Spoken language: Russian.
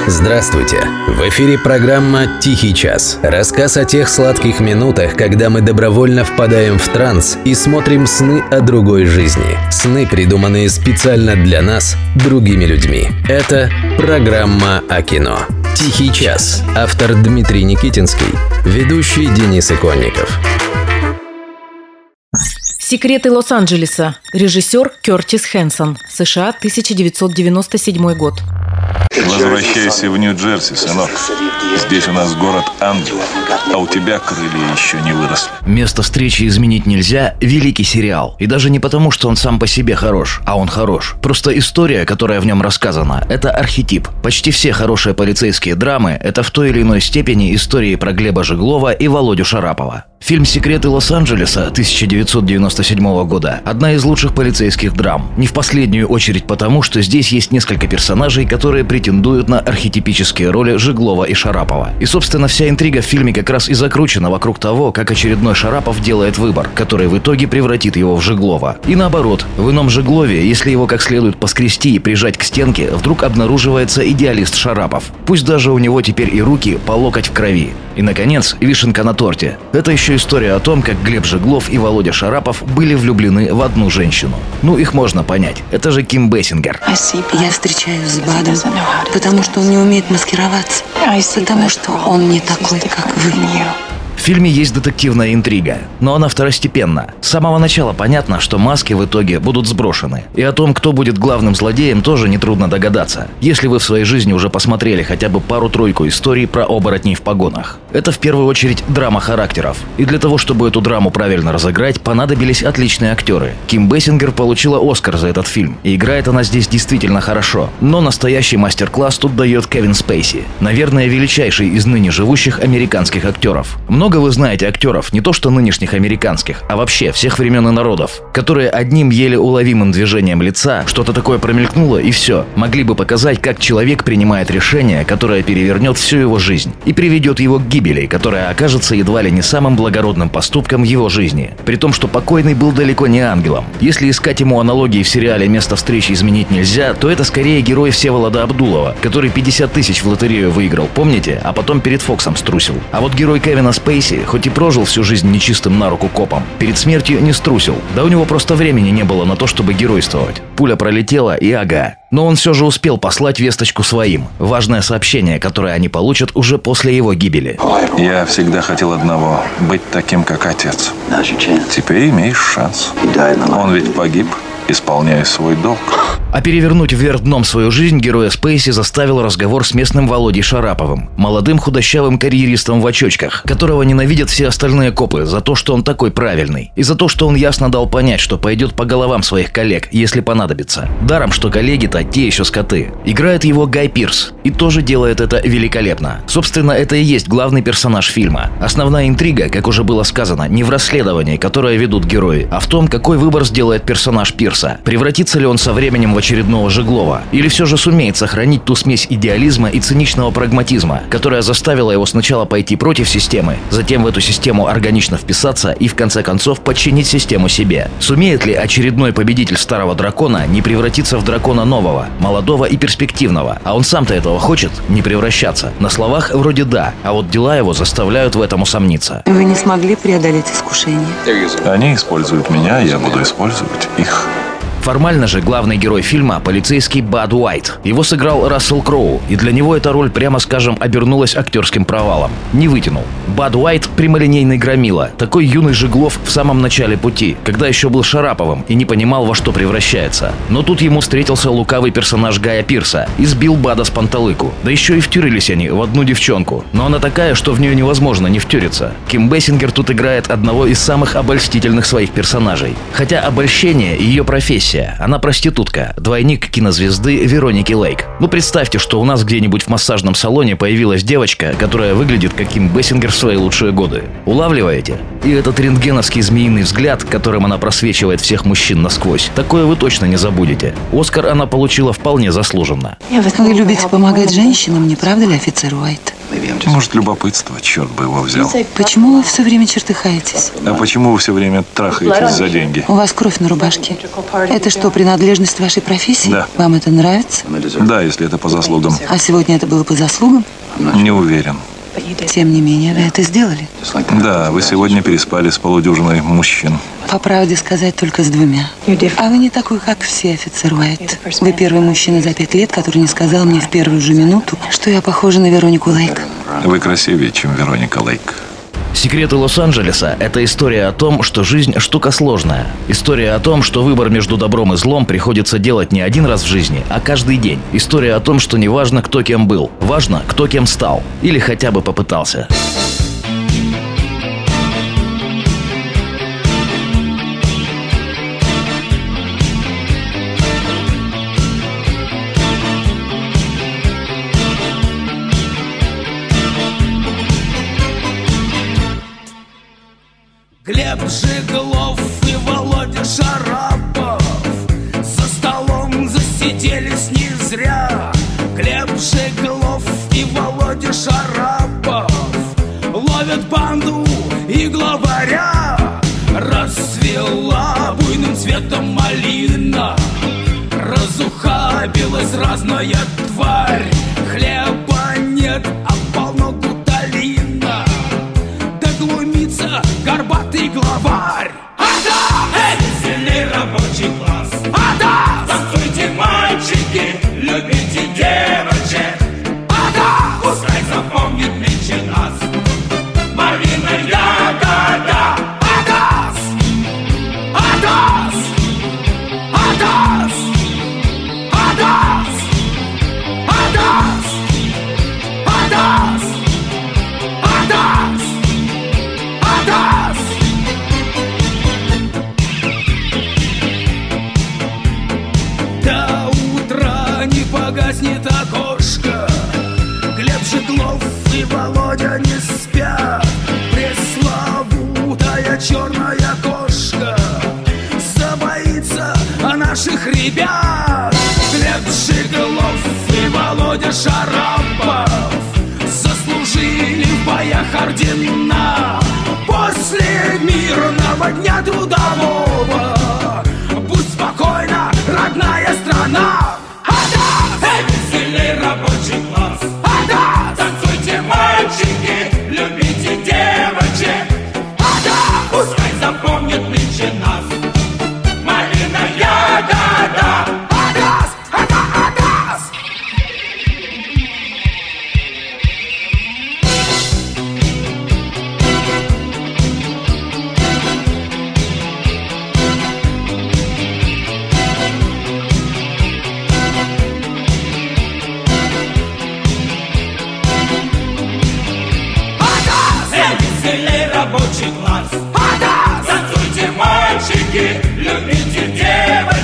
Здравствуйте! В эфире программа «Тихий час». Рассказ о тех сладких минутах, когда мы добровольно впадаем в транс и смотрим сны о другой жизни. Сны, придуманные специально для нас, другими людьми. Это программа о кино. «Тихий час». Автор Дмитрий Никитинский. Ведущий Денис Иконников. «Секреты Лос-Анджелеса». Режиссер Кертис Хэнсон. США, 1997 год. Возвращайся в Нью-Джерси, сынок. Здесь у нас город ангелов, а у тебя крылья еще не выросли. Место встречи изменить нельзя – великий сериал. И даже не потому, что он сам по себе хорош, а он хорош. Просто история, которая в нем рассказана – это архетип. Почти все хорошие полицейские драмы – это в той или иной степени истории про Глеба Жиглова и Володю Шарапова. Фильм «Секреты Лос-Анджелеса» 1997 года – одна из лучших полицейских драм. Не в последнюю очередь потому, что здесь есть несколько персонажей, которые претендуют на архетипические роли Жиглова и Шарапова. И, собственно, вся интрига в фильме как раз и закручена вокруг того, как очередной Шарапов делает выбор, который в итоге превратит его в Жиглова. И наоборот, в ином Жиглове, если его как следует поскрести и прижать к стенке, вдруг обнаруживается идеалист Шарапов. Пусть даже у него теперь и руки по локоть в крови. И, наконец, вишенка на торте. Это еще история о том, как Глеб Жиглов и Володя Шарапов были влюблены в одну женщину. Ну, их можно понять. Это же Ким Бейсингер. Я встречаюсь с Бадом, потому что он не умеет маскироваться. Потому что он не такой, как вы. В фильме есть детективная интрига, но она второстепенна. С самого начала понятно, что маски в итоге будут сброшены. И о том, кто будет главным злодеем, тоже нетрудно догадаться, если вы в своей жизни уже посмотрели хотя бы пару-тройку историй про оборотней в погонах. Это в первую очередь драма характеров. И для того, чтобы эту драму правильно разыграть, понадобились отличные актеры. Ким Бейсингер получила Оскар за этот фильм, и играет она здесь действительно хорошо. Но настоящий мастер-класс тут дает Кевин Спейси. Наверное, величайший из ныне живущих американских актеров. Много вы знаете актеров, не то что нынешних американских, а вообще всех времен и народов, которые одним еле уловимым движением лица что-то такое промелькнуло и все, могли бы показать, как человек принимает решение, которое перевернет всю его жизнь и приведет его к гибели, которая окажется едва ли не самым благородным поступком в его жизни. При том, что покойный был далеко не ангелом. Если искать ему аналогии в сериале «Место встречи изменить нельзя», то это скорее герой Всеволода Абдулова, который 50 тысяч в лотерею выиграл, помните? А потом перед Фоксом струсил. А вот герой Кевина Спейси, хоть и прожил всю жизнь нечистым на руку копом, перед смертью не струсил. Да у него просто времени не было на то, чтобы геройствовать. Пуля пролетела и ага. Но он все же успел послать весточку своим. Важное сообщение, которое они получат уже после его гибели. Я всегда хотел одного – быть таким, как отец. Теперь имеешь шанс. Он ведь погиб, исполняя свой долг. А перевернуть вверх дном свою жизнь героя Спейси заставил разговор с местным Володей Шараповым, молодым худощавым карьеристом в очочках, которого ненавидят все остальные копы за то, что он такой правильный, и за то, что он ясно дал понять, что пойдет по головам своих коллег, если понадобится. Даром, что коллеги-то те еще скоты. Играет его Гай Пирс, и тоже делает это великолепно. Собственно, это и есть главный персонаж фильма. Основная интрига, как уже было сказано, не в расследовании, которое ведут герои, а в том, какой выбор сделает персонаж Пирса. Превратится ли он со временем в очередного Жиглова? Или все же сумеет сохранить ту смесь идеализма и циничного прагматизма, которая заставила его сначала пойти против системы, затем в эту систему органично вписаться и в конце концов подчинить систему себе? Сумеет ли очередной победитель старого дракона не превратиться в дракона нового, молодого и перспективного? А он сам-то этого хочет? Не превращаться? На словах вроде да, а вот дела его заставляют в этом усомниться. Вы не смогли преодолеть искушение? Они используют меня, я буду использовать их. Формально же главный герой фильма – полицейский Бад Уайт. Его сыграл Рассел Кроу, и для него эта роль, прямо скажем, обернулась актерским провалом. Не вытянул. Бад Уайт – прямолинейный громила, такой юный Жиглов в самом начале пути, когда еще был Шараповым и не понимал, во что превращается. Но тут ему встретился лукавый персонаж Гая Пирса и сбил Бада с панталыку. Да еще и втюрились они в одну девчонку. Но она такая, что в нее невозможно не втюриться. Ким Бейсингер тут играет одного из самых обольстительных своих персонажей. Хотя обольщение – ее профессия. Она проститутка, двойник кинозвезды Вероники Лейк. Ну представьте, что у нас где-нибудь в массажном салоне появилась девочка, которая выглядит как Ким Бейсингер в свои лучшие годы. Улавливаете? И этот рентгеновский змеиный взгляд, которым она просвечивает всех мужчин насквозь, такое вы точно не забудете. Оскар она получила вполне заслуженно. Вы любите помогать женщинам, не правда ли, офицер Уайт? Может, любопытство, черт бы его взял. Почему вы все время чертыхаетесь? А почему вы все время трахаетесь за деньги? У вас кровь на рубашке. Это Это что, принадлежность вашей профессии? Да. Вам это нравится? Да, если это по заслугам. А сегодня это было по заслугам? Не уверен. Тем не менее, вы это сделали. Да, вы сегодня переспали с полудюжиной мужчин. По правде сказать, только с 2. А вы не такой, как все, офицер Уайт. Вы первый мужчина за 5 лет, который не сказал мне в первую же минуту, что я похожа на Веронику Лейк. Вы красивее, чем Вероника Лейк. «Секреты Лос-Анджелеса» — это история о том, что жизнь – штука сложная. История о том, что выбор между добром и злом приходится делать не один раз в жизни, а каждый день. История о том, что не важно, кто кем был, важно, кто кем стал. Или хотя бы попытался. Глеб Жиглов и Володя Шарапов за столом засиделись не зря. Глеб Жиглов и Володя Шарапов ловят банду и главаря. Расцвела буйным цветом малина, разухабилась разная тварь. Хлеба нет, а полно гуталина. Да глумится горбатый главарь. Веселей рабочий класс. Танцуйте, мальчики, любите девочек. Пускай запомнит меньше нас малина ягода. До утра не погаснет окошко. Глеб Жиглов и Володя не спят. Пресловутая черная кошка забоится наших ребят. Глеб Жиглов и Володя Шарапов заслужили в боях ордена. После мирного дня трудового будь спокойна, родная страна. Веселей рабочий класс. Танцуйте, мальчики, любите девочек. Пускай запомнят меньше нас малина ягода. Веселей рабочий класс. Танцуйте, мальчики, любите девочек.